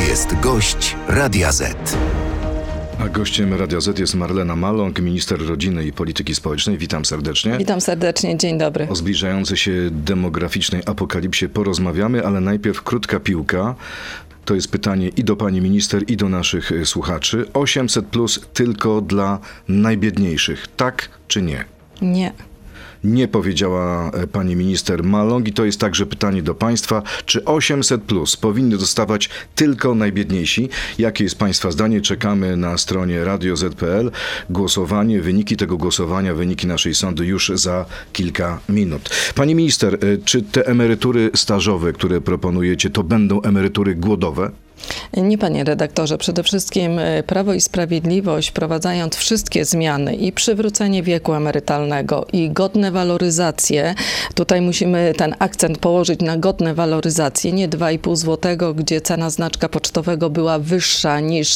jest gość Radia Z. A gościem Radia Z jest Marlena Maląg, minister rodziny i polityki społecznej. Witam serdecznie. Witam serdecznie, dzień dobry. O zbliżającej się demograficznej apokalipsie porozmawiamy, ale najpierw krótka piłka. To jest pytanie i do pani minister, i do naszych słuchaczy. 800+ tylko dla najbiedniejszych, tak czy nie? Nie. Nie, powiedziała pani minister Maląg, i to jest także pytanie do państwa. Czy 800+ powinny dostawać tylko najbiedniejsi? Jakie jest państwa zdanie? Czekamy na stronie radioz.pl. Głosowanie, wyniki tego głosowania, wyniki naszej sądy już za kilka minut. Pani minister, czy te emerytury stażowe, które proponujecie, to będą emerytury głodowe? Nie, panie redaktorze. Przede wszystkim Prawo i Sprawiedliwość, wprowadzając wszystkie zmiany i przywrócenie wieku emerytalnego i godne waloryzacje, tutaj musimy ten akcent położyć na godne waloryzacje, nie 2,5 zł, gdzie cena znaczka pocztowego była wyższa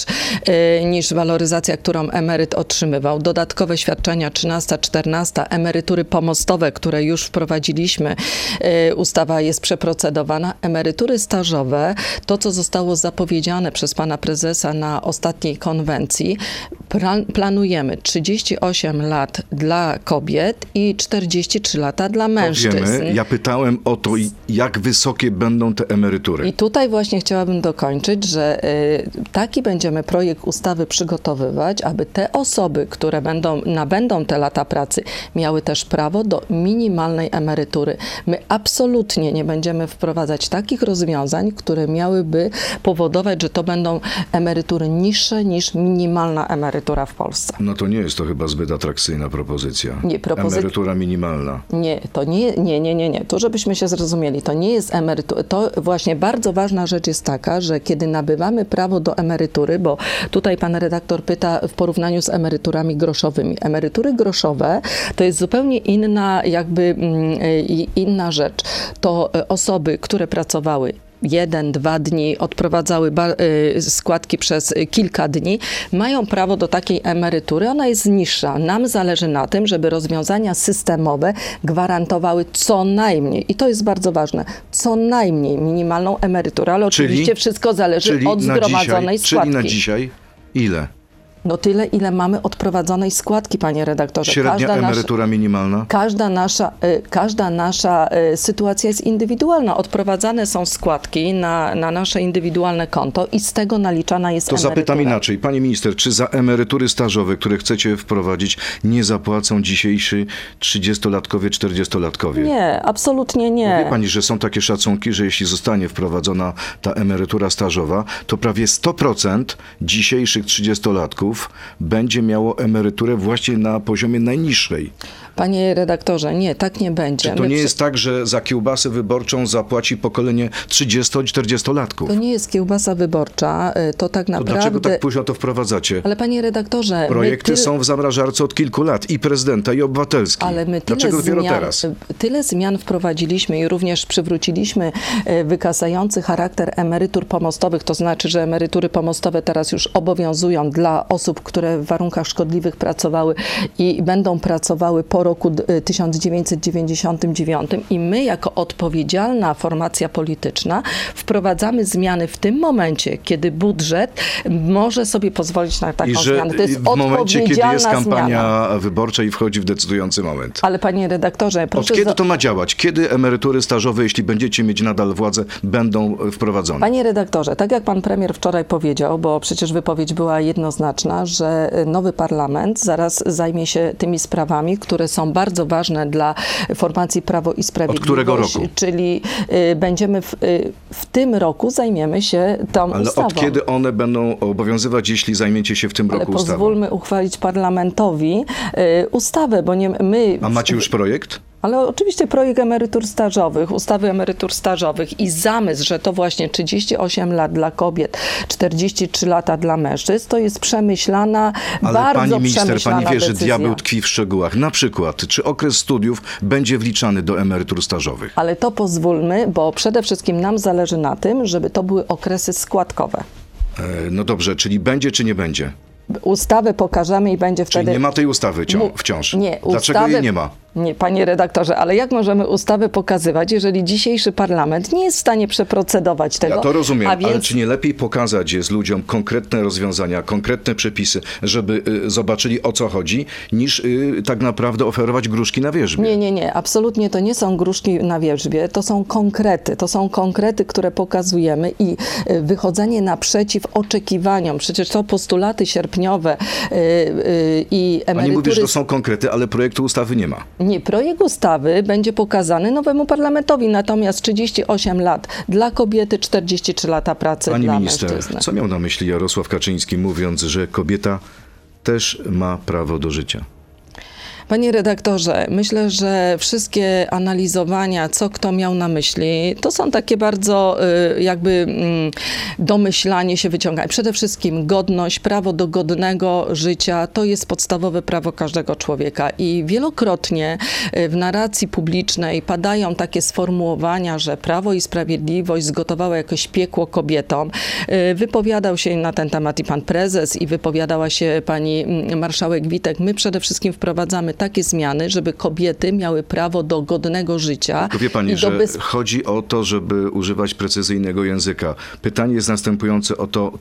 niż waloryzacja, którą emeryt otrzymywał. Dodatkowe świadczenia 13, 14, emerytury pomostowe, które już wprowadziliśmy, ustawa jest przeprocedowana. Emerytury stażowe, to co zostało zapowiedziane przez pana prezesa na ostatniej konwencji, planujemy 38 lat dla kobiet i 43 lata dla mężczyzn. Wiemy. Ja pytałem o to, jak wysokie będą te emerytury. I tutaj właśnie chciałabym dokończyć, że taki będziemy projekt ustawy przygotowywać, aby te osoby, które nabędą te lata pracy, miały też prawo do minimalnej emerytury. My absolutnie nie będziemy wprowadzać takich rozwiązań, które miałyby powodować, że to będą emerytury niższe niż minimalna emerytura w Polsce. No to nie jest to chyba zbyt atrakcyjna propozycja. Emerytura minimalna. Nie, to nie. Tu żebyśmy się zrozumieli, to nie jest emerytura. To właśnie bardzo ważna rzecz jest taka, że kiedy nabywamy prawo do emerytury, bo tutaj pan redaktor pyta w porównaniu z emeryturami groszowymi. Emerytury groszowe to jest zupełnie inna rzecz. To osoby, które pracowały 1-2 dni, odprowadzały składki przez kilka dni, mają prawo do takiej emerytury. Ona jest niższa. Nam zależy na tym, żeby rozwiązania systemowe gwarantowały co najmniej, i to jest bardzo ważne, co najmniej minimalną emeryturę, ale oczywiście wszystko zależy od zgromadzonej składki. Czyli na dzisiaj ile? No tyle, ile mamy odprowadzonej składki, panie redaktorze. Średnia emerytura minimalna? Każda nasza sytuacja jest indywidualna. Odprowadzane są składki na nasze indywidualne konto i z tego naliczana jest emerytura. To zapytam inaczej. Pani minister, czy za emerytury stażowe, które chcecie wprowadzić, nie zapłacą dzisiejsi 30-latkowie, 40-latkowie? Nie, absolutnie nie. Wie pani, że są takie szacunki, że jeśli zostanie wprowadzona ta emerytura stażowa, to prawie 100% dzisiejszych 30-latków będzie miało emeryturę właśnie na poziomie najniższej. Panie redaktorze, nie, tak nie będzie. Czy to nie jest tak, że za kiełbasę wyborczą zapłaci pokolenie 30- i 40-latków? To nie jest kiełbasa wyborcza, to tak naprawdę... To dlaczego tak późno to wprowadzacie? Ale panie redaktorze... Projekty są w zamrażarce od kilku lat, i prezydenta, i obywatelski. Ale my dlaczego dopiero teraz? Tyle zmian wprowadziliśmy i również przywróciliśmy wykazający charakter emerytur pomostowych, to znaczy, że emerytury pomostowe teraz już obowiązują dla osób, które w warunkach szkodliwych pracowały i będą pracowały po roku 1999, i my jako odpowiedzialna formacja polityczna wprowadzamy zmiany w tym momencie, kiedy budżet może sobie pozwolić na taką zmianę. To jest w momencie, kiedy jest kampania zmiana wyborcza i wchodzi w decydujący moment. Ale panie redaktorze, proszę... Od kiedy to ma działać? Kiedy emerytury stażowe, jeśli będziecie mieć nadal władzę, będą wprowadzone? Panie redaktorze, tak jak pan premier wczoraj powiedział, bo przecież wypowiedź była jednoznaczna, że nowy parlament zaraz zajmie się tymi sprawami, które są bardzo ważne dla formacji Prawo i Sprawiedliwość. Od którego roku? Czyli będziemy w tym roku zajmiemy się tą ustawą. Ale od kiedy one będą obowiązywać, jeśli zajmiecie się w tym roku ustawą? Pozwólmy uchwalić parlamentowi ustawę, bo nie my... A macie już projekt? Ale oczywiście projekt emerytur stażowych, ustawy emerytur stażowych i zamysł, że to właśnie 38 lat dla kobiet, 43 lata dla mężczyzn, to jest przemyślana, ale bardzo pani minister, pani wie, decyzja. że diabeł tkwi w szczegółach. Na przykład, czy okres studiów będzie wliczany do emerytur stażowych? Ale to pozwólmy, bo przede wszystkim nam zależy na tym, żeby to były okresy składkowe. No dobrze, czyli będzie, czy nie będzie? Ustawę pokażemy i będzie wtedy... Czyli nie ma tej ustawy wciąż? Nie. Dlaczego jej nie ma? Nie, panie redaktorze, ale jak możemy ustawę pokazywać, jeżeli dzisiejszy parlament nie jest w stanie przeprocedować tego? Ja to rozumiem, a więc... ale czy nie lepiej pokazać jest ludziom konkretne rozwiązania, konkretne przepisy, żeby zobaczyli, o co chodzi, niż tak naprawdę oferować gruszki na wierzbie? Nie, absolutnie to nie są gruszki na wierzbie, to są konkrety, które pokazujemy i wychodzenie naprzeciw oczekiwaniom. Przecież to postulaty sierpniowe i emerytury... Pani mówi, że to są konkrety, ale projektu ustawy nie ma. Nie, projekt ustawy będzie pokazany nowemu parlamentowi, natomiast 38 lat dla kobiety, 43 lata pracy Pani dla minister, mężczyzny. co miał na myśli Jarosław Kaczyński, mówiąc, że kobieta też ma prawo do życia? Panie redaktorze, myślę, że wszystkie analizowania, co kto miał na myśli, to są takie bardzo domyślanie się, wyciąganie. Przede wszystkim godność, prawo do godnego życia, to jest podstawowe prawo każdego człowieka. I wielokrotnie w narracji publicznej padają takie sformułowania, że Prawo i Sprawiedliwość zgotowało jakieś piekło kobietom. Wypowiadał się na ten temat i pan prezes, i wypowiadała się pani marszałek Witek. My przede wszystkim wprowadzamy takie zmiany, żeby kobiety miały prawo do godnego życia. Tylko wie pani, że chodzi o to, żeby używać precyzyjnego języka. Pytanie jest następujące o to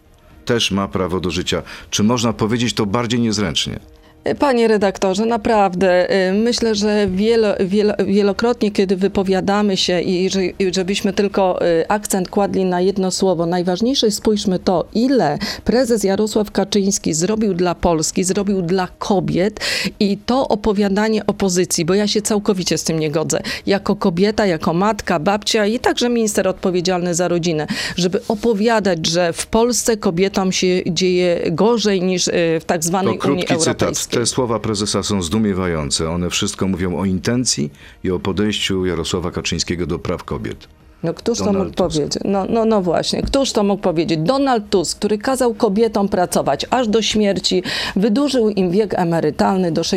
też ma prawo do życia. Czy można powiedzieć to bardziej niezręcznie? Panie redaktorze, naprawdę myślę, że wielokrotnie, kiedy wypowiadamy się i żebyśmy tylko akcent kładli na jedno słowo, najważniejsze spójrzmy to, ile prezes Jarosław Kaczyński zrobił dla Polski, zrobił dla kobiet i to opowiadanie opozycji, bo ja się całkowicie z tym nie godzę, jako kobieta, jako matka, babcia i także minister odpowiedzialny za rodzinę, żeby opowiadać, że w Polsce kobietom się dzieje gorzej niż w tak zwanej Unii Europejskiej. Te słowa prezesa są zdumiewające. One wszystko mówią o intencji i o podejściu Jarosława Kaczyńskiego do praw kobiet. No któż to mógł powiedzieć? No właśnie, któż to mógł powiedzieć? Donald Tusk, który kazał kobietom pracować aż do śmierci, wydłużył im wiek emerytalny do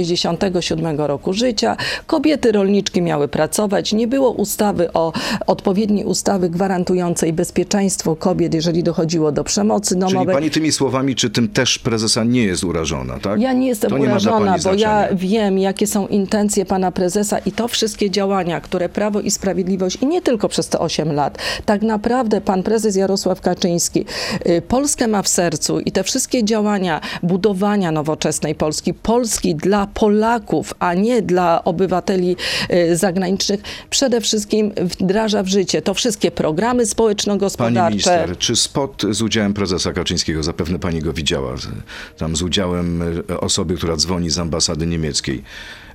67 roku życia. Kobiety rolniczki miały pracować. Nie było odpowiedniej ustawy gwarantującej bezpieczeństwo kobiet, jeżeli dochodziło do przemocy domowej. Czyli pani tymi słowami, czy tym też prezesa nie jest urażona, tak? Ja nie jestem urażona, bo ja wiem, jakie są intencje pana prezesa i to wszystkie działania, które Prawo i Sprawiedliwość i nie tylko przez te 8 lat. Tak naprawdę pan prezes Jarosław Kaczyński Polskę ma w sercu i te wszystkie działania budowania nowoczesnej Polski dla Polaków, a nie dla obywateli zagranicznych, przede wszystkim wdraża w życie. To wszystkie programy społeczno-gospodarcze. Pani minister, czy spot z udziałem prezesa Kaczyńskiego, zapewne pani go widziała, tam z udziałem osoby, która dzwoni z ambasady niemieckiej,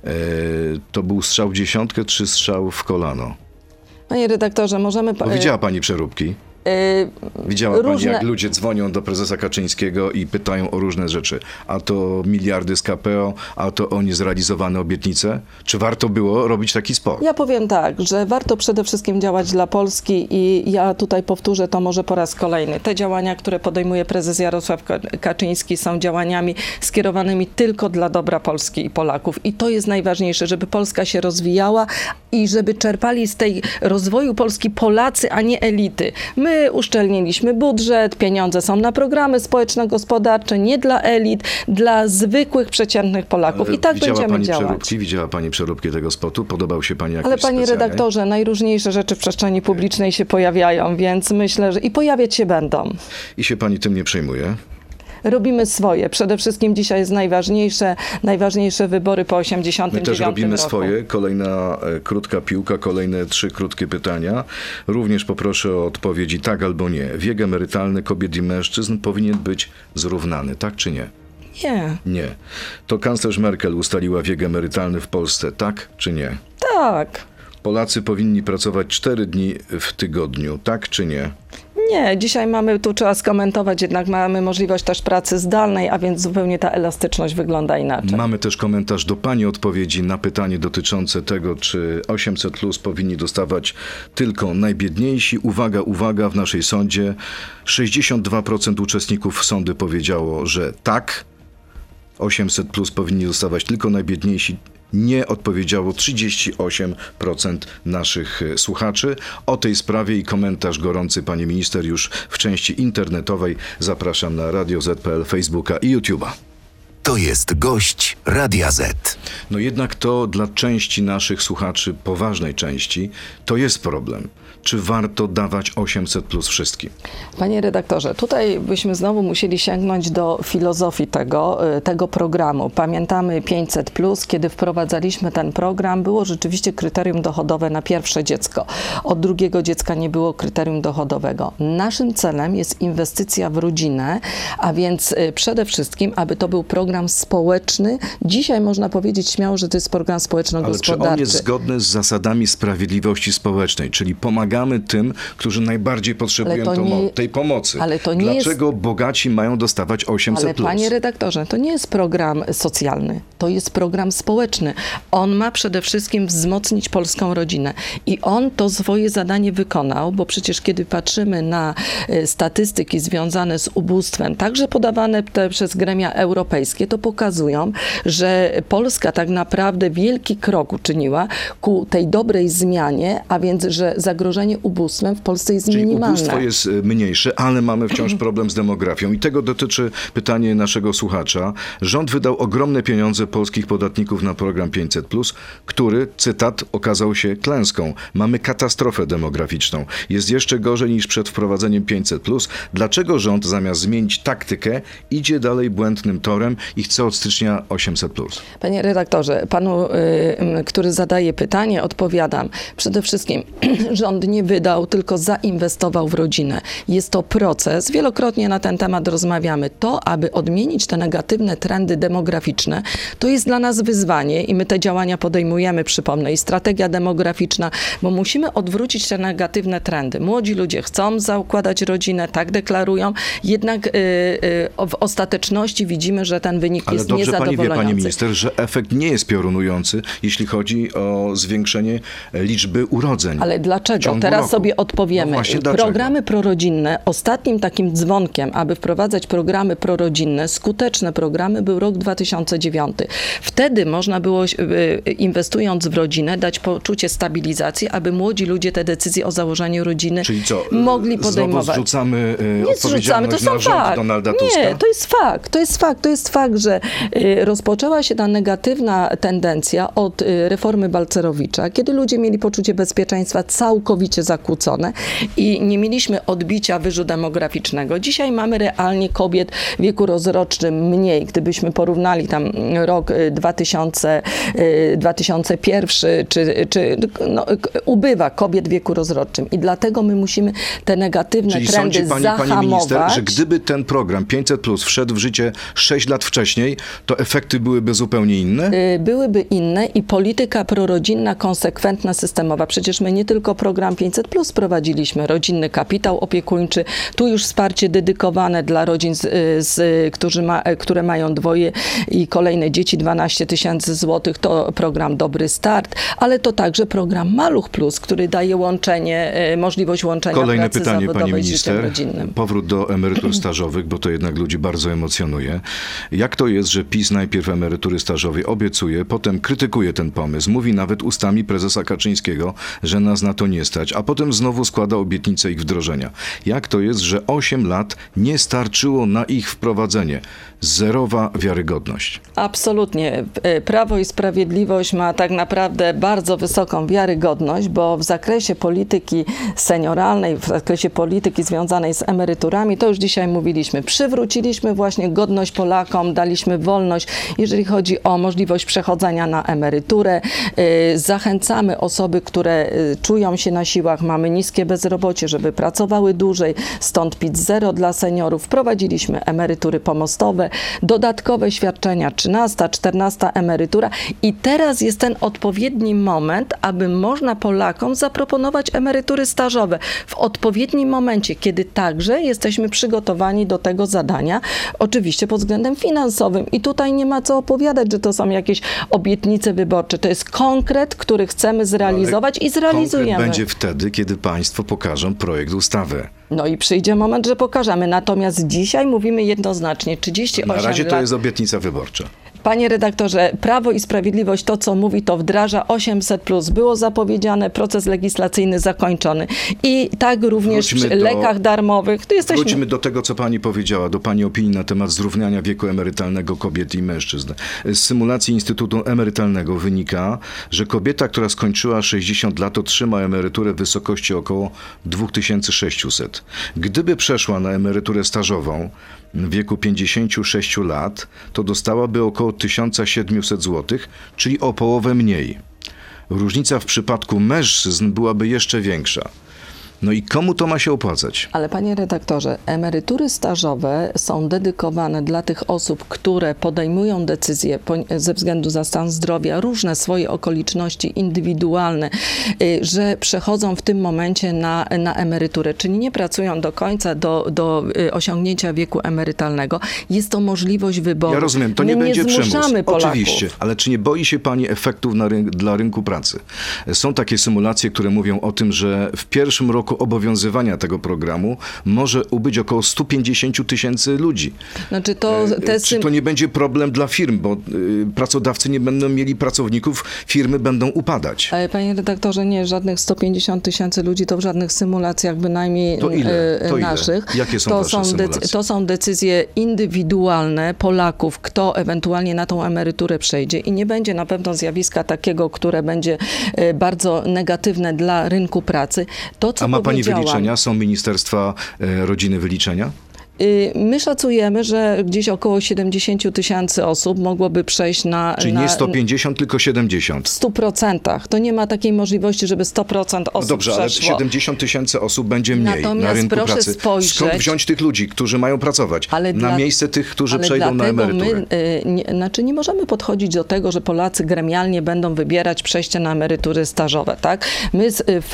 to był strzał w dziesiątkę, czy strzał w kolano? Panie redaktorze, możemy... Widziała pani przeróbki? Widziała pani, jak ludzie dzwonią do prezesa Kaczyńskiego i pytają o różne rzeczy. A to miliardy z KPO, a to o niezrealizowane obietnice? Czy warto było robić taki spot? Ja powiem tak, że warto przede wszystkim działać dla Polski i ja tutaj powtórzę to może po raz kolejny. Te działania, które podejmuje prezes Jarosław Kaczyński, są działaniami skierowanymi tylko dla dobra Polski i Polaków. I to jest najważniejsze, żeby Polska się rozwijała i żeby czerpali z tej rozwoju Polski Polacy, a nie elity. My uszczelniliśmy budżet, pieniądze są na programy społeczno-gospodarcze, nie dla elit, dla zwykłych, przeciętnych Polaków. I tak będziemy działać. Widziała pani przeróbki tego spotu? Podobał się pani jakiś Ale panie redaktorze, najróżniejsze rzeczy w przestrzeni publicznej się pojawiają, więc myślę, że i pojawiać się będą. I się pani tym nie przejmuje? Robimy swoje. Przede wszystkim dzisiaj jest najważniejsze wybory po 89 roku. My też robimy swoje. Kolejna krótka piłka, kolejne 3 krótkie pytania. Również poproszę o odpowiedzi tak albo nie. Wiek emerytalny kobiet i mężczyzn powinien być zrównany, tak czy nie? Nie. Nie. To kanclerz Merkel ustaliła wiek emerytalny w Polsce, tak czy nie? Tak. Polacy powinni pracować 4 dni w tygodniu, tak czy nie? Nie, dzisiaj tu trzeba skomentować, jednak mamy możliwość też pracy zdalnej, a więc zupełnie ta elastyczność wygląda inaczej. Mamy też komentarz do pani odpowiedzi na pytanie dotyczące tego, czy 800+ powinni dostawać tylko najbiedniejsi. Uwaga, uwaga, w naszej sądzie 62% uczestników sądu powiedziało, że tak, 800+ powinni dostawać tylko najbiedniejsi. Nie odpowiedziało 38% naszych słuchaczy. O tej sprawie i komentarz gorący pani minister już w części internetowej zapraszam na Radio Z.pl, Facebooka i YouTube'a. To jest gość Radia Z. No jednak to dla części naszych słuchaczy, poważnej części, to jest problem. Czy warto dawać 800 plus wszystkim? Panie redaktorze, tutaj byśmy znowu musieli sięgnąć do filozofii tego programu. Pamiętamy 500 plus, kiedy wprowadzaliśmy ten program, było rzeczywiście kryterium dochodowe na pierwsze dziecko. Od drugiego dziecka nie było kryterium dochodowego. Naszym celem jest inwestycja w rodzinę, a więc przede wszystkim, aby to był program społeczny. Dzisiaj można powiedzieć śmiało, że to jest program społeczno-gospodarczy. Ale czy on jest zgodny z zasadami sprawiedliwości społecznej, czyli pomagamy tym, którzy najbardziej potrzebują tej pomocy? Ale to nie Dlaczego bogaci mają dostawać 800 Ale plus? panie redaktorze, to nie jest program socjalny, to jest program społeczny. On ma przede wszystkim wzmocnić polską rodzinę i on to swoje zadanie wykonał, bo przecież kiedy patrzymy na statystyki związane z ubóstwem, także podawane przez gremia europejskie, to pokazują, że Polska tak naprawdę wielki krok uczyniła ku tej dobrej zmianie, a więc, że zagrożenie ubóstwem w Polsce jest Czyli minimalne. ubóstwo jest mniejsze, ale mamy wciąż problem z demografią. I tego dotyczy pytanie naszego słuchacza. Rząd wydał ogromne pieniądze polskich podatników na program 500+, który, cytat, okazał się klęską. Mamy katastrofę demograficzną. Jest jeszcze gorzej niż przed wprowadzeniem 500+. Dlaczego rząd zamiast zmienić taktykę idzie dalej błędnym torem i chce od stycznia 800+? Panie redaktorze, panu, który zadaje pytanie, odpowiadam. Przede wszystkim rząd nie wydał, tylko zainwestował w rodzinę. Jest to proces, wielokrotnie na ten temat rozmawiamy. To, aby odmienić te negatywne trendy demograficzne, to jest dla nas wyzwanie i my te działania podejmujemy, przypomnę, i strategia demograficzna, bo musimy odwrócić te negatywne trendy. Młodzi ludzie chcą zakładać rodzinę, tak deklarują, jednak w ostateczności widzimy, że ten wynik jest niezadowalający. Ale dobrze pani wie, pani minister, że efekt nie jest piorunujący, jeśli chodzi o zwiększenie liczby urodzeń. Ale dlaczego? Teraz roku. sobie odpowiemy. No właśnie, dlaczego? Programy prorodzinne, ostatnim takim dzwonkiem, aby wprowadzać programy prorodzinne, skuteczne programy, był rok 2009. Wtedy można było, inwestując w rodzinę, dać poczucie stabilizacji, aby młodzi ludzie te decyzje o założeniu rodziny mogli podejmować. Znowu zrzucamy Nie odpowiedzialność to na są rząd fakt. Donalda Tuska? Nie, to jest fakt, że rozpoczęła się ta negatywna tendencja od reformy Balcerowicza, kiedy ludzie mieli poczucie bezpieczeństwa całkowicie zakłócone i nie mieliśmy odbicia wyżu demograficznego. Dzisiaj mamy realnie kobiet w wieku rozrodczym mniej. Gdybyśmy porównali tam rok 2001, ubywa kobiet w wieku rozrodczym i dlatego my musimy te negatywne Czyli trendy sądzi zahamować. pani minister, że gdyby ten program 500+ wszedł w życie 6 lat wcześniej, to efekty byłyby zupełnie inne? Byłyby inne i polityka prorodzinna, konsekwentna, systemowa. Przecież my nie tylko program 500+ prowadziliśmy, rodzinny kapitał opiekuńczy, tu już wsparcie dedykowane dla rodzin, które mają dwoje i kolejne dzieci, 12 000 złotych, to program Dobry Start, ale to także program Maluch+, który daje możliwość łączenia Kolejne pracy pytanie, pani zawodowej z życiem minister. rodzinnym. Powrót do emerytur stażowych, bo to jednak ludzi bardzo emocjonuje. Jak to jest, że PiS najpierw emerytury stażowej obiecuje, potem krytykuje ten pomysł, mówi nawet ustami prezesa Kaczyńskiego, że nas na to nie stać, a potem znowu składa obietnicę ich wdrożenia. Jak to jest, że 8 lat nie starczyło na ich wprowadzenie? Zerowa wiarygodność. Absolutnie. Prawo i Sprawiedliwość ma tak naprawdę bardzo wysoką wiarygodność, bo w zakresie polityki senioralnej, w zakresie polityki związanej z emeryturami, to już dzisiaj mówiliśmy, przywróciliśmy właśnie godność Polakom, daliśmy wolność, jeżeli chodzi o możliwość przechodzenia na emeryturę. Zachęcamy osoby, które czują się na siłach, mamy niskie bezrobocie, żeby pracowały dłużej, stąd PIT 0 dla seniorów. Wprowadziliśmy emerytury pomostowe, dodatkowe świadczenia, 13, 14 emerytura i teraz jest ten odpowiedni moment, aby można Polakom zaproponować emerytury stażowe w odpowiednim momencie, kiedy także jesteśmy przygotowani do tego zadania, oczywiście pod względem finansowym i tutaj nie ma co opowiadać, że to są jakieś obietnice wyborcze. To jest konkret, który chcemy zrealizować i zrealizujemy. Konkret będzie wtedy, kiedy państwo pokażą projekt ustawy. No i przyjdzie moment, że pokażemy. Natomiast dzisiaj mówimy jednoznacznie 38 Na razie lat. to jest obietnica wyborcza. Panie redaktorze, Prawo i Sprawiedliwość to, co mówi, to wdraża 800+. Było zapowiedziane, proces legislacyjny zakończony. I tak również przy lekach darmowych. Wróćmy do tego, co pani powiedziała, do pani opinii na temat zrównania wieku emerytalnego kobiet i mężczyzn. Z symulacji Instytutu Emerytalnego wynika, że kobieta, która skończyła 60 lat, otrzyma emeryturę w wysokości około 2600. Gdyby przeszła na emeryturę stażową w wieku 56 lat, to dostałaby około 1700 zł, czyli o połowę mniej. Różnica w przypadku mężczyzn byłaby jeszcze większa. No i komu to ma się opłacać? Ale panie redaktorze, emerytury stażowe są dedykowane dla tych osób, które podejmują decyzje ze względu na stan zdrowia, różne swoje okoliczności indywidualne, że przechodzą w tym momencie na emeryturę, czyli nie pracują do końca do osiągnięcia wieku emerytalnego. Jest to możliwość wyboru. Ja rozumiem, to My nie będzie przymus. Polaków. Oczywiście, ale czy nie boi się pani efektów dla rynku pracy? Są takie symulacje, które mówią o tym, że w pierwszym roku obowiązywania tego programu może ubyć około 150 000 ludzi. Znaczy Czy to nie będzie problem dla firm, bo pracodawcy nie będą mieli pracowników, firmy będą upadać? Ale panie redaktorze, nie, żadnych 150 000 ludzi to w żadnych symulacjach bynajmniej to ile? naszych. Jakie są wasze symulacje? To są decyzje indywidualne Polaków, kto ewentualnie na tą emeryturę przejdzie i nie będzie na pewno zjawiska takiego, które będzie bardzo negatywne dla rynku pracy. To, co A ma pani wyliczenia? Są Ministerstwa Rodziny wyliczenia? My szacujemy, że gdzieś około 70 000 osób mogłoby przejść na... Czyli nie 150, tylko 70. W 100%. To nie ma takiej możliwości, żeby 100% osób no dobrze, przeszło. ale 70 000 osób będzie mniej Natomiast na rynku proszę pracy. spojrzeć, skąd wziąć tych ludzi, którzy mają pracować? Na miejsce tych, którzy przejdą na emeryturę. Nie możemy podchodzić do tego, że Polacy gremialnie będą wybierać przejście na emerytury stażowe. Tak? My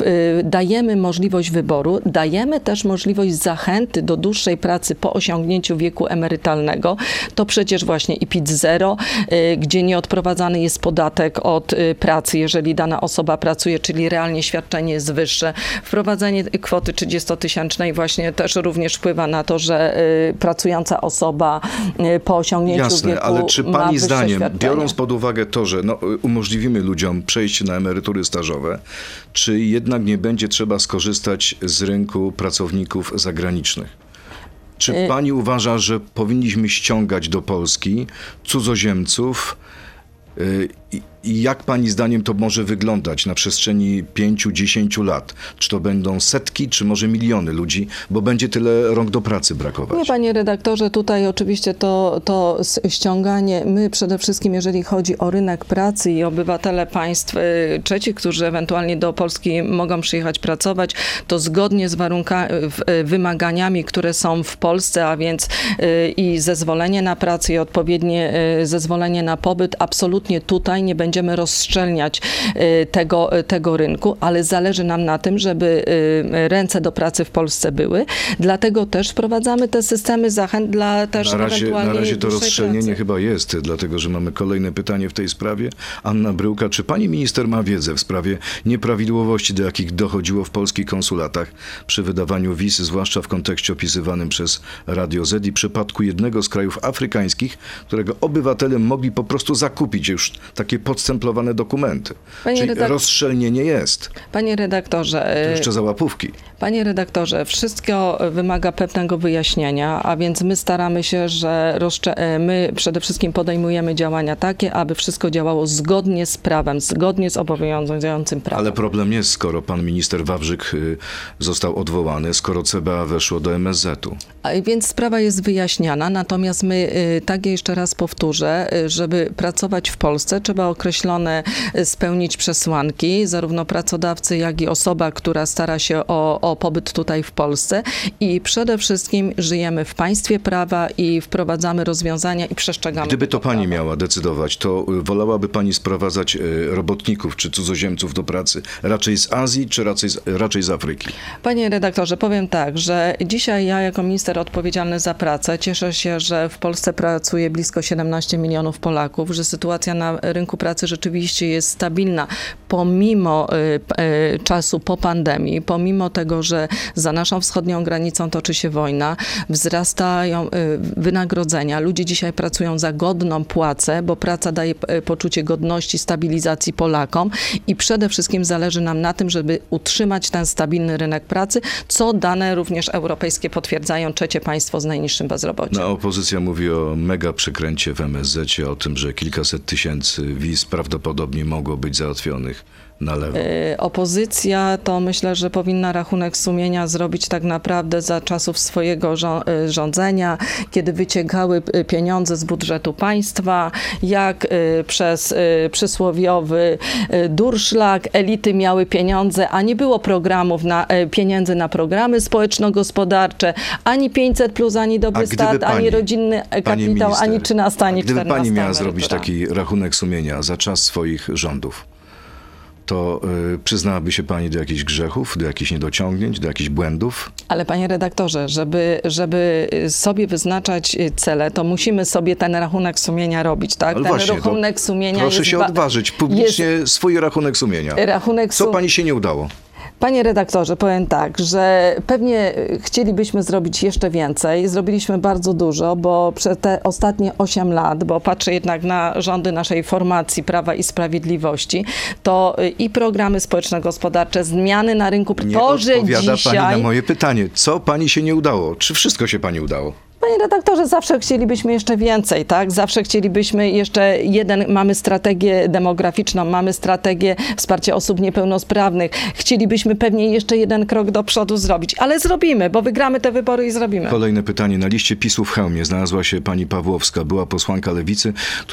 dajemy możliwość wyboru, dajemy też możliwość zachęty do dłuższej pracy po osiągnięciu wieku emerytalnego. To przecież właśnie i PIT 0, gdzie nieodprowadzany jest podatek od pracy, jeżeli dana osoba pracuje, czyli realnie świadczenie jest wyższe. Wprowadzenie kwoty 30-tysięcznej właśnie też również wpływa na to, że pracująca osoba po osiągnięciu wieku ale czy ma pani wyższe zdaniem, świadczenie? biorąc pod uwagę to, że umożliwimy ludziom przejście na emerytury stażowe, czy jednak nie będzie trzeba skorzystać z rynku pracowników zagranicznych? Czy pani uważa, że powinniśmy ściągać do Polski cudzoziemców? I jak pani zdaniem to może wyglądać na przestrzeni 5-10 lat? Czy to będą setki, czy może miliony ludzi, bo będzie tyle rąk do pracy brakować? Nie, panie redaktorze, tutaj oczywiście to ściąganie, my przede wszystkim, jeżeli chodzi o rynek pracy i obywatele państw trzecich, którzy ewentualnie do Polski mogą przyjechać pracować, to zgodnie z wymaganiami, które są w Polsce, a więc i zezwolenie na pracę i odpowiednie zezwolenie na pobyt, absolutnie tutaj nie będziemy rozszczelniać tego rynku, ale zależy nam na tym, żeby ręce do pracy w Polsce były. Dlatego też wprowadzamy te systemy zachęt dla też ewentualnie Na razie to dłuższej rozszczelnienie pracy. chyba jest, dlatego że mamy kolejne pytanie w tej sprawie. Anna Bryłka, czy pani minister ma wiedzę w sprawie nieprawidłowości, do jakich dochodziło w polskich konsulatach przy wydawaniu wiz, zwłaszcza w kontekście opisywanym przez Radio Z i przypadku jednego z krajów afrykańskich, którego obywatele mogli po prostu zakupić już takie podstemplowane dokumenty. Czyli rozszczelnienie jest. Panie redaktorze... To jeszcze za łapówki. Panie redaktorze, wszystko wymaga pewnego wyjaśnienia, a więc my staramy się, że my przede wszystkim podejmujemy działania takie, aby wszystko działało zgodnie z prawem, zgodnie z obowiązującym prawem. Ale problem jest, skoro pan minister Wawrzyk został odwołany, skoro CBA weszło do MSZ-u. Więc sprawa jest wyjaśniana, natomiast my, tak jeszcze raz powtórzę, żeby pracować w Polsce, trzeba określone spełnić przesłanki, zarówno pracodawcy, jak i osoba, która stara się o pobyt tutaj w Polsce i przede wszystkim żyjemy w państwie prawa i wprowadzamy rozwiązania i przestrzegamy. Gdyby to pani prawa. miała decydować, to wolałaby pani sprowadzać robotników czy cudzoziemców do pracy raczej z Azji, czy raczej z Afryki? Panie redaktorze, powiem tak, że dzisiaj ja jako minister odpowiedzialny za pracę cieszę się, że w Polsce pracuje blisko 17 milionów Polaków, że sytuacja na rynku rynku pracy rzeczywiście jest stabilna. Pomimo czasu po pandemii, pomimo tego, że za naszą wschodnią granicą toczy się wojna, wzrastają wynagrodzenia. Ludzie dzisiaj pracują za godną płacę, bo praca daje poczucie godności, stabilizacji Polakom i przede wszystkim zależy nam na tym, żeby utrzymać ten stabilny rynek pracy, co dane również europejskie potwierdzają, trzecie państwo z najniższym bezrobociem. No, opozycja mówi o mega przekręcie w MSZ-cie, o tym, że kilkaset tysięcy wiz prawdopodobnie mogło być załatwionych na lewo. Opozycja to myślę, że powinna rachunek sumienia zrobić tak naprawdę za czasów swojego rządzenia, kiedy wyciekały pieniądze z budżetu państwa, jak przez przysłowiowy durszlak elity miały pieniądze, a nie było pieniędzy na programy społeczno-gospodarcze, ani 500+, ani Dobry Start, ani rodzinny kapitał, ani 13, ani 14 Gdyby pani miała emerytura. zrobić taki rachunek sumienia za czas swoich rządów, to przyznałaby się pani do jakichś grzechów, do jakichś niedociągnięć, do jakichś błędów? Ale panie redaktorze, żeby sobie wyznaczać cele, to musimy sobie ten rachunek sumienia robić, tak? Ale Ten właśnie, rachunek sumienia proszę jest się odważyć, publicznie swój rachunek sumienia. Co pani się nie udało? Panie redaktorze, powiem tak, że pewnie chcielibyśmy zrobić jeszcze więcej. Zrobiliśmy bardzo dużo, bo przez te ostatnie 8 lat, bo patrzę jednak na rządy naszej formacji Prawa i Sprawiedliwości, to i programy społeczno-gospodarcze, zmiany na rynku, Nie odpowiada pani na moje pytanie. Co pani się nie udało? Czy wszystko się pani udało? Panie redaktorze, zawsze chcielibyśmy jeszcze więcej, tak? Zawsze chcielibyśmy jeszcze mamy strategię demograficzną, mamy strategię wsparcia osób niepełnosprawnych. Chcielibyśmy pewnie jeszcze jeden krok do przodu zrobić, ale zrobimy, bo wygramy te wybory i zrobimy. Kolejne pytanie. Na liście PiS-u w Chełmie znalazła się pani Pawłowska, była posłanka Lewicy,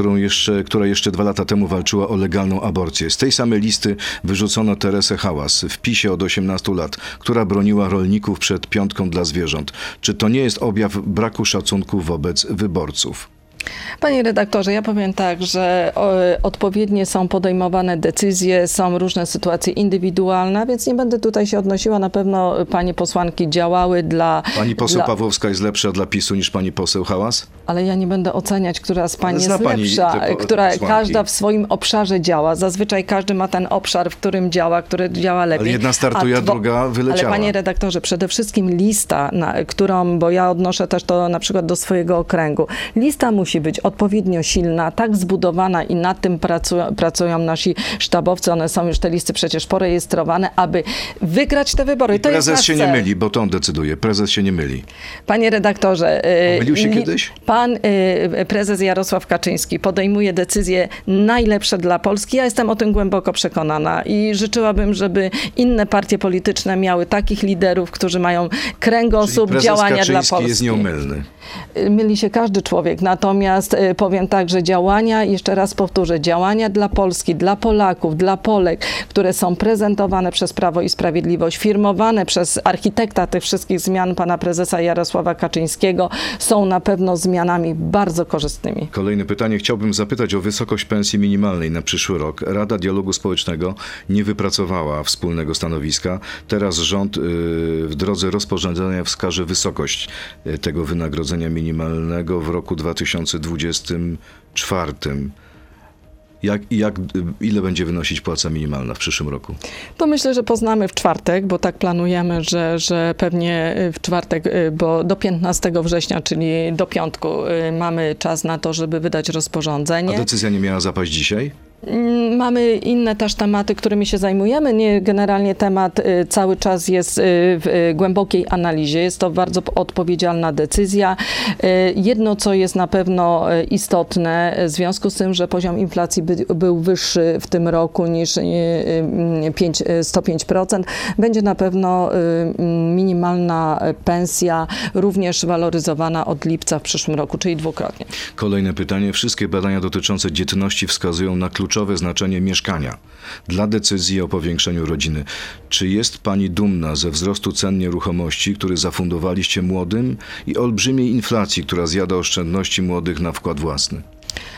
która jeszcze 2 lata temu walczyła o legalną aborcję. Z tej samej listy wyrzucono Teresę Hałas w PiS-ie od 18 lat, która broniła rolników przed piątką dla zwierząt. Czy to nie jest objaw braku szacunku wobec wyborców? Panie redaktorze, ja powiem tak, że odpowiednie są podejmowane decyzje, są różne sytuacje indywidualne, więc nie będę tutaj się odnosiła. Na pewno panie posłanki działały dla... Pani poseł Pawłowska jest lepsza dla PiS-u niż pani poseł Hałas? Ale ja nie będę oceniać, która z pań Zna jest pani lepsza, która posłanki. każda w swoim obszarze działa. Zazwyczaj każdy ma ten obszar, w którym działa, który działa lepiej. Ale jedna startuje, a druga wyleciała. Ale panie redaktorze, przede wszystkim lista, bo ja odnoszę też to na przykład do swojego okręgu. Lista musi być odpowiednio silna, tak zbudowana i nad tym pracują nasi sztabowcy. One są już te listy przecież porejestrowane, aby wygrać te wybory. I to prezes jest się nasz nie cel. myli, bo to on decyduje. Prezes się nie myli. Panie redaktorze, Mylił się kiedyś? Pan prezes Jarosław Kaczyński podejmuje decyzje najlepsze dla Polski. Ja jestem o tym głęboko przekonana i życzyłabym, żeby inne partie polityczne miały takich liderów, którzy mają kręgosłup działania dla Kaczyński Polski. jest nieomylny. Myli się każdy człowiek, natomiast powiem tak, że działania, jeszcze raz powtórzę, działania dla Polski, dla Polaków, dla Polek, które są prezentowane przez Prawo i Sprawiedliwość, firmowane przez architekta tych wszystkich zmian, pana prezesa Jarosława Kaczyńskiego, są na pewno zmianami bardzo korzystnymi. Kolejne pytanie. Chciałbym zapytać o wysokość pensji minimalnej na przyszły rok. Rada Dialogu Społecznego nie wypracowała wspólnego stanowiska. Teraz rząd w drodze rozporządzenia wskaże wysokość tego wynagrodzenia minimalnego w roku 2024. Ile będzie wynosić płaca minimalna w przyszłym roku? To myślę, że poznamy w czwartek, bo tak planujemy, że pewnie w czwartek, bo do 15 września, czyli do piątku mamy czas na to, żeby wydać rozporządzenie. A decyzja nie miała zapaść dzisiaj? Mamy inne też tematy, którymi się zajmujemy. Generalnie temat cały czas jest w głębokiej analizie. Jest to bardzo odpowiedzialna decyzja. Jedno, co jest na pewno istotne, w związku z tym, że poziom inflacji był wyższy w tym roku niż 105%, będzie na pewno minimalna pensja również waloryzowana od lipca w przyszłym roku, czyli dwukrotnie. Kolejne pytanie. Wszystkie badania dotyczące dzietności wskazują na kluczowe znaczenie mieszkania dla decyzji o powiększeniu rodziny. Czy jest pani dumna ze wzrostu cen nieruchomości, który zafundowaliście młodym i olbrzymiej inflacji, która zjada oszczędności młodych na wkład własny?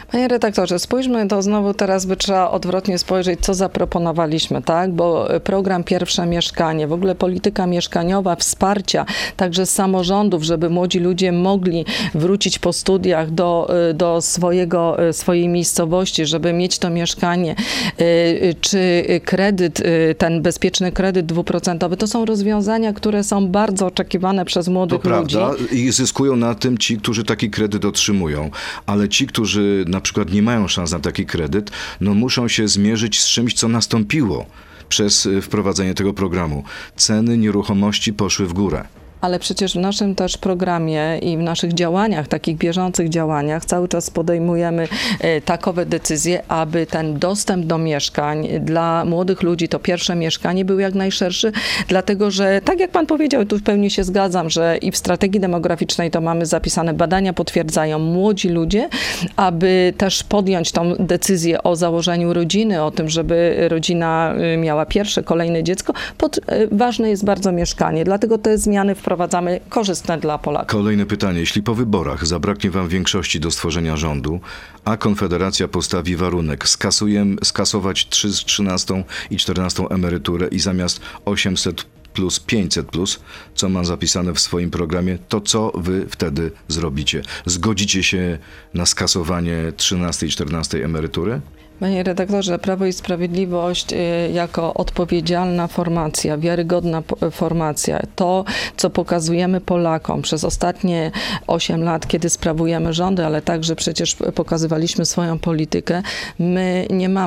Panie redaktorze, spójrzmy, to znowu teraz by trzeba odwrotnie spojrzeć, co zaproponowaliśmy, tak? Bo program Pierwsze Mieszkanie, w ogóle polityka mieszkaniowa, wsparcia także samorządów, żeby młodzi ludzie mogli wrócić po studiach do swojej miejscowości, żeby mieć to mieszkanie, czy kredyt, ten bezpieczny kredyt 2%, to są rozwiązania, które są bardzo oczekiwane przez młodych ludzi. To prawda i zyskują na tym ci, którzy taki kredyt otrzymują, ale ci, którzy na przykład nie mają szans na taki kredyt, no muszą się zmierzyć z czymś, co nastąpiło przez wprowadzenie tego programu. Ceny nieruchomości poszły w górę. Ale przecież w naszym też programie i w naszych działaniach, takich bieżących działaniach, cały czas podejmujemy takowe decyzje, aby ten dostęp do mieszkań dla młodych ludzi, to pierwsze mieszkanie, był jak najszerszy, dlatego że, tak jak pan powiedział, tu w pełni się zgadzam, że i w strategii demograficznej to mamy zapisane, badania potwierdzają, młodzi ludzie, aby też podjąć tą decyzję o założeniu rodziny, o tym, żeby rodzina miała pierwsze, kolejne dziecko, ważne jest bardzo mieszkanie, dlatego te zmiany wprowadzamy korzystne dla Polaków. Kolejne pytanie. Jeśli po wyborach zabraknie wam większości do stworzenia rządu, a Konfederacja postawi warunek skasować 13. i 14. emeryturę i zamiast 800 plus 500 plus, co mam zapisane w swoim programie, to co wy wtedy zrobicie? Zgodzicie się na skasowanie 13. i 14. emerytury? Panie redaktorze, Prawo i Sprawiedliwość jako odpowiedzialna formacja, wiarygodna formacja, to, co pokazujemy Polakom przez ostatnie 8 lat, kiedy sprawujemy rządy, ale także przecież pokazywaliśmy swoją politykę, my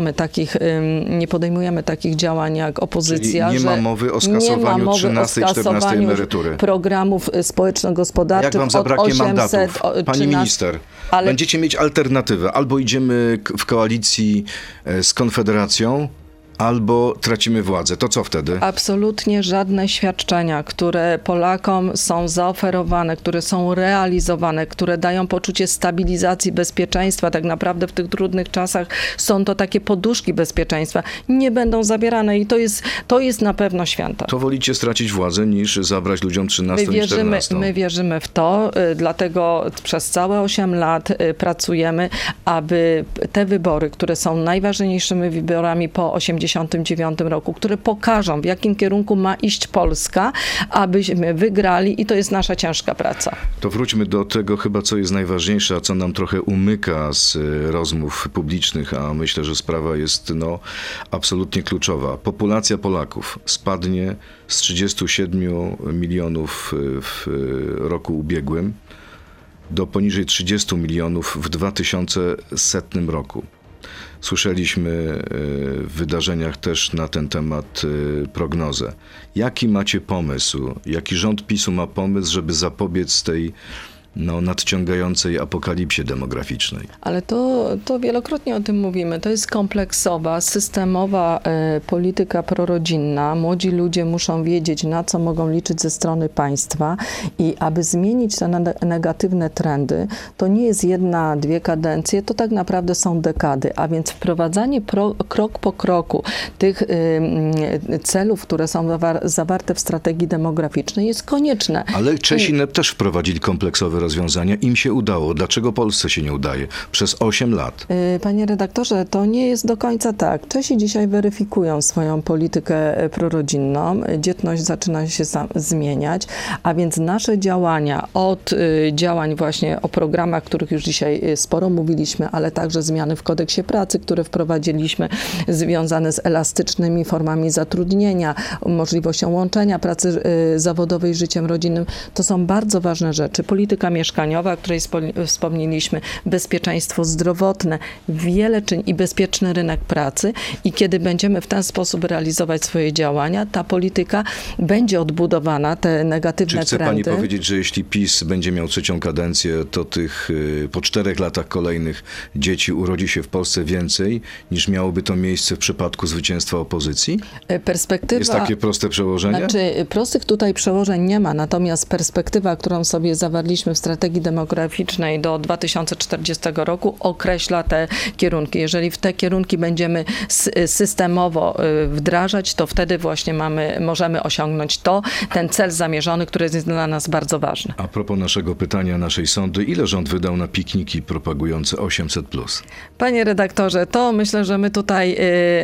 nie podejmujemy takich działań jak opozycja, czyli nie ma mowy o skasowaniu 13. i 14. emerytury. Programów społeczno-gospodarczych. Jak wam zabraknie mandatów? Pani minister, ale będziecie mieć alternatywę. Albo idziemy w koalicji z Konfederacją, albo tracimy władzę. To co wtedy? Absolutnie żadne świadczenia, które Polakom są zaoferowane, które są realizowane, które dają poczucie stabilizacji, bezpieczeństwa, tak naprawdę w tych trudnych czasach są to takie poduszki bezpieczeństwa, nie będą zabierane i to jest na pewno święta. To wolicie stracić władzę niż zabrać ludziom 13 i 14. My wierzymy w to, dlatego przez całe 8 lat pracujemy, aby te wybory, które są najważniejszymi wyborami po 1989 roku, które pokażą, w jakim kierunku ma iść Polska, abyśmy wygrali i to jest nasza ciężka praca. To wróćmy do tego chyba, co jest najważniejsze, a co nam trochę umyka z rozmów publicznych, a myślę, że sprawa jest absolutnie kluczowa. Populacja Polaków spadnie z 37 milionów w roku ubiegłym do poniżej 30 milionów w 2100 roku. Słyszeliśmy w wydarzeniach też na ten temat prognozę. Jaki macie pomysł? Jaki rząd PiS-u ma pomysł, żeby zapobiec tej nadciągającej apokalipsie demograficznej? Ale to wielokrotnie o tym mówimy. To jest kompleksowa, systemowa polityka prorodzinna. Młodzi ludzie muszą wiedzieć, na co mogą liczyć ze strony państwa i aby zmienić te negatywne trendy, to nie jest 1-2 kadencje, to tak naprawdę są dekady, a więc wprowadzanie krok po kroku tych celów, które są zawarte w strategii demograficznej jest konieczne. Ale Czesi też wprowadzili kompleksowe rozwiązania. Im się udało. Dlaczego Polsce się nie udaje? Przez 8 lat. Panie redaktorze, to nie jest do końca tak. Czesi dzisiaj weryfikują swoją politykę prorodzinną. Dzietność zaczyna się zmieniać, a więc nasze działania od działań właśnie o programach, których już dzisiaj sporo mówiliśmy, ale także zmiany w kodeksie pracy, które wprowadziliśmy, związane z elastycznymi formami zatrudnienia, możliwością łączenia pracy zawodowej z życiem rodzinnym. To są bardzo ważne rzeczy. Polityka mieszkaniowa, o której wspomnieliśmy, bezpieczeństwo zdrowotne, i bezpieczny rynek pracy i kiedy będziemy w ten sposób realizować swoje działania, ta polityka będzie odbudowana, te negatywne trendy. Czy chce pani powiedzieć, że jeśli PiS będzie miał 3. kadencję, to tych po 4 latach kolejnych dzieci urodzi się w Polsce więcej, niż miałoby to miejsce w przypadku zwycięstwa opozycji? Jest takie proste przełożenie? Prostych tutaj przełożeń nie ma, natomiast perspektywa, którą sobie zawarliśmy w strategii demograficznej do 2040 roku określa te kierunki. Jeżeli w te kierunki będziemy systemowo wdrażać, to wtedy właśnie możemy osiągnąć ten cel zamierzony, który jest dla nas bardzo ważny. A propos naszego pytania, naszej sondy, ile rząd wydał na pikniki propagujące 800+? Panie redaktorze, to myślę, że my tutaj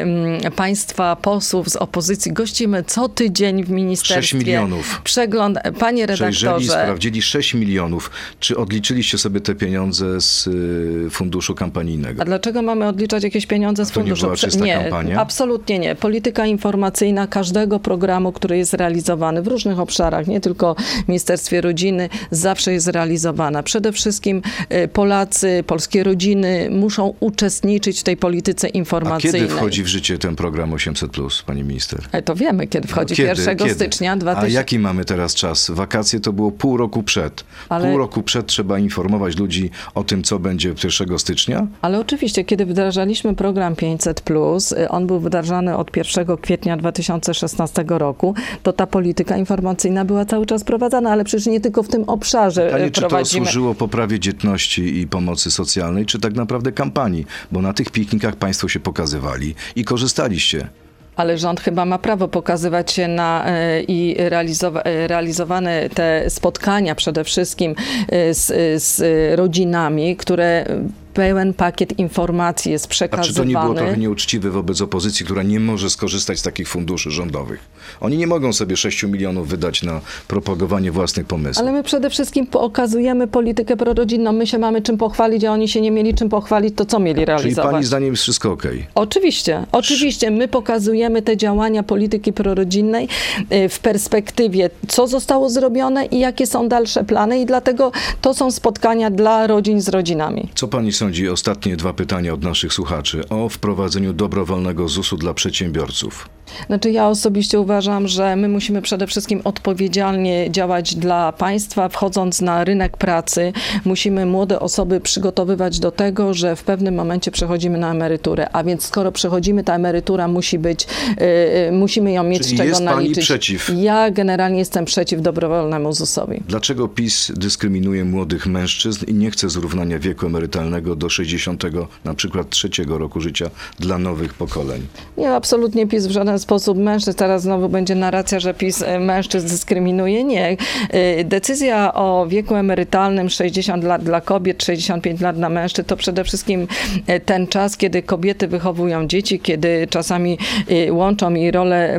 państwa posłów z opozycji gościmy co tydzień w ministerstwie. 6 milionów. Panie redaktorze. Przejrzeli, sprawdzili 6 milionów. Czy odliczyliście sobie te pieniądze z funduszu kampanijnego? A dlaczego mamy odliczać jakieś pieniądze z funduszu? To nie była czysta kampania? Absolutnie nie. Polityka informacyjna każdego programu, który jest realizowany w różnych obszarach, nie tylko w Ministerstwie Rodziny, zawsze jest realizowana. Przede wszystkim Polacy, polskie rodziny muszą uczestniczyć w tej polityce informacyjnej. A kiedy wchodzi w życie ten program 800+, pani minister? To wiemy, kiedy wchodzi. 1 stycznia 2000. A jaki mamy teraz czas? Wakacje to było pół roku przed. Pół roku przed trzeba informować ludzi o tym, co będzie 1 stycznia? Ale oczywiście, kiedy wdrażaliśmy program 500+, on był wdrażany od 1 kwietnia 2016 roku, to ta polityka informacyjna była cały czas prowadzona, ale przecież nie tylko w tym obszarze Pytanie, prowadzimy. czy to służyło poprawie dzietności i pomocy socjalnej, czy tak naprawdę kampanii? Bo na tych piknikach państwo się pokazywali i korzystaliście. Ale rząd chyba ma prawo pokazywać się i realizowane te spotkania przede wszystkim z rodzinami, które pełen pakiet informacji jest przekazywany. A czy to nie było trochę nieuczciwe wobec opozycji, która nie może skorzystać z takich funduszy rządowych? Oni nie mogą sobie 6 milionów wydać na propagowanie własnych pomysłów. Ale my przede wszystkim pokazujemy politykę prorodzinną. My się mamy czym pochwalić, a oni się nie mieli czym pochwalić, to co mieli realizować? Czyli pani zdaniem jest wszystko okej? Oczywiście. My pokazujemy te działania polityki prorodzinnej w perspektywie, co zostało zrobione i jakie są dalsze plany i dlatego to są spotkania dla rodzin z rodzinami. Co pani sądzi, ostatnie 2 pytania od naszych słuchaczy, o wprowadzeniu dobrowolnego ZUS-u dla przedsiębiorców? Znaczy ja osobiście uważam, że my musimy przede wszystkim odpowiedzialnie działać dla państwa, wchodząc na rynek pracy. Musimy młode osoby przygotowywać do tego, że w pewnym momencie przechodzimy na emeryturę, a więc skoro przechodzimy, ta emerytura musi być, musimy ją mieć Czyli z czego jest naliczyć. pani przeciw? Ja generalnie jestem przeciw dobrowolnemu ZUS-owi. Dlaczego PiS dyskryminuje młodych mężczyzn i nie chce zrównania wieku emerytalnego do 60, na przykład 3 roku życia dla nowych pokoleń? Nie, absolutnie PiS w żaden sposób mężczyzn. Teraz znowu będzie narracja, że PiS mężczyzn dyskryminuje. Nie. Decyzja o wieku emerytalnym 60 lat dla kobiet, 65 lat dla mężczyzn to przede wszystkim ten czas, kiedy kobiety wychowują dzieci, kiedy czasami łączą i rolę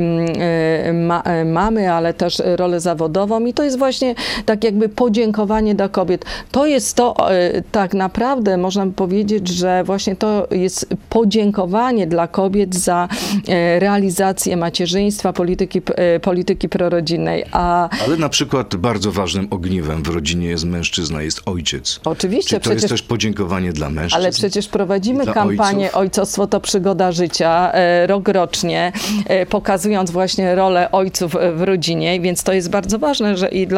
mamy, ale też rolę zawodową i to jest właśnie tak jakby podziękowanie dla kobiet. To jest to tak naprawdę można by powiedzieć, że właśnie to jest podziękowanie dla kobiet za realizację macierzyństwa, polityki prorodzinnej. Ale na przykład bardzo ważnym ogniwem w rodzinie jest mężczyzna, jest ojciec. Oczywiście. Czy to jest też podziękowanie dla mężczyzn? Ale przecież prowadzimy kampanię Ojcostwo to przygoda życia rokrocznie, pokazując właśnie rolę ojców w rodzinie, więc to jest bardzo ważne, że i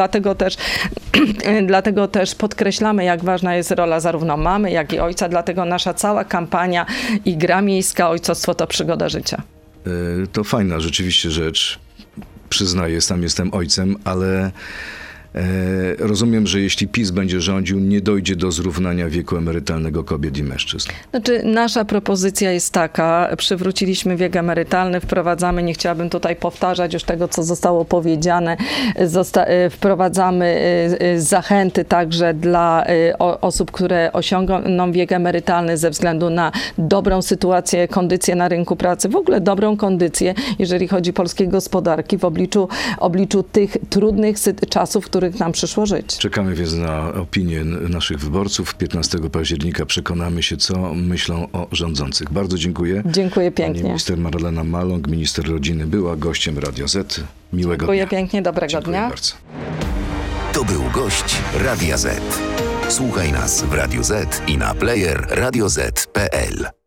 dlatego też podkreślamy, jak ważna jest rola zarówno mamy, jak i ojca, dlatego nasza cała kampania i gra miejska Ojcostwo to przygoda życia. To fajna rzeczywiście rzecz. Przyznaję, sam jestem ojcem, ale rozumiem, że jeśli PiS będzie rządził, nie dojdzie do zrównania wieku emerytalnego kobiet i mężczyzn. Znaczy, nasza propozycja jest taka, przywróciliśmy wiek emerytalny, wprowadzamy, nie chciałabym tutaj powtarzać już tego, co zostało powiedziane, wprowadzamy zachęty także dla osób, które osiągną wiek emerytalny ze względu na dobrą sytuację, kondycję na rynku pracy, w ogóle dobrą kondycję, jeżeli chodzi o polskiej gospodarki w obliczu tych trudnych czasów, w których nam przyszło żyć. Czekamy więc na opinię naszych wyborców. 15 października przekonamy się, co myślą o rządzących. Bardzo dziękuję. Dziękuję pięknie. Pani minister Magdalena Maląg, minister rodziny, była gościem Radio Z. Miłego dnia. Dziękuję pięknie, dobrego dnia. Bardzo. To był gość Radia Z. Słuchaj nas w Radio Z i na player radioz.pl.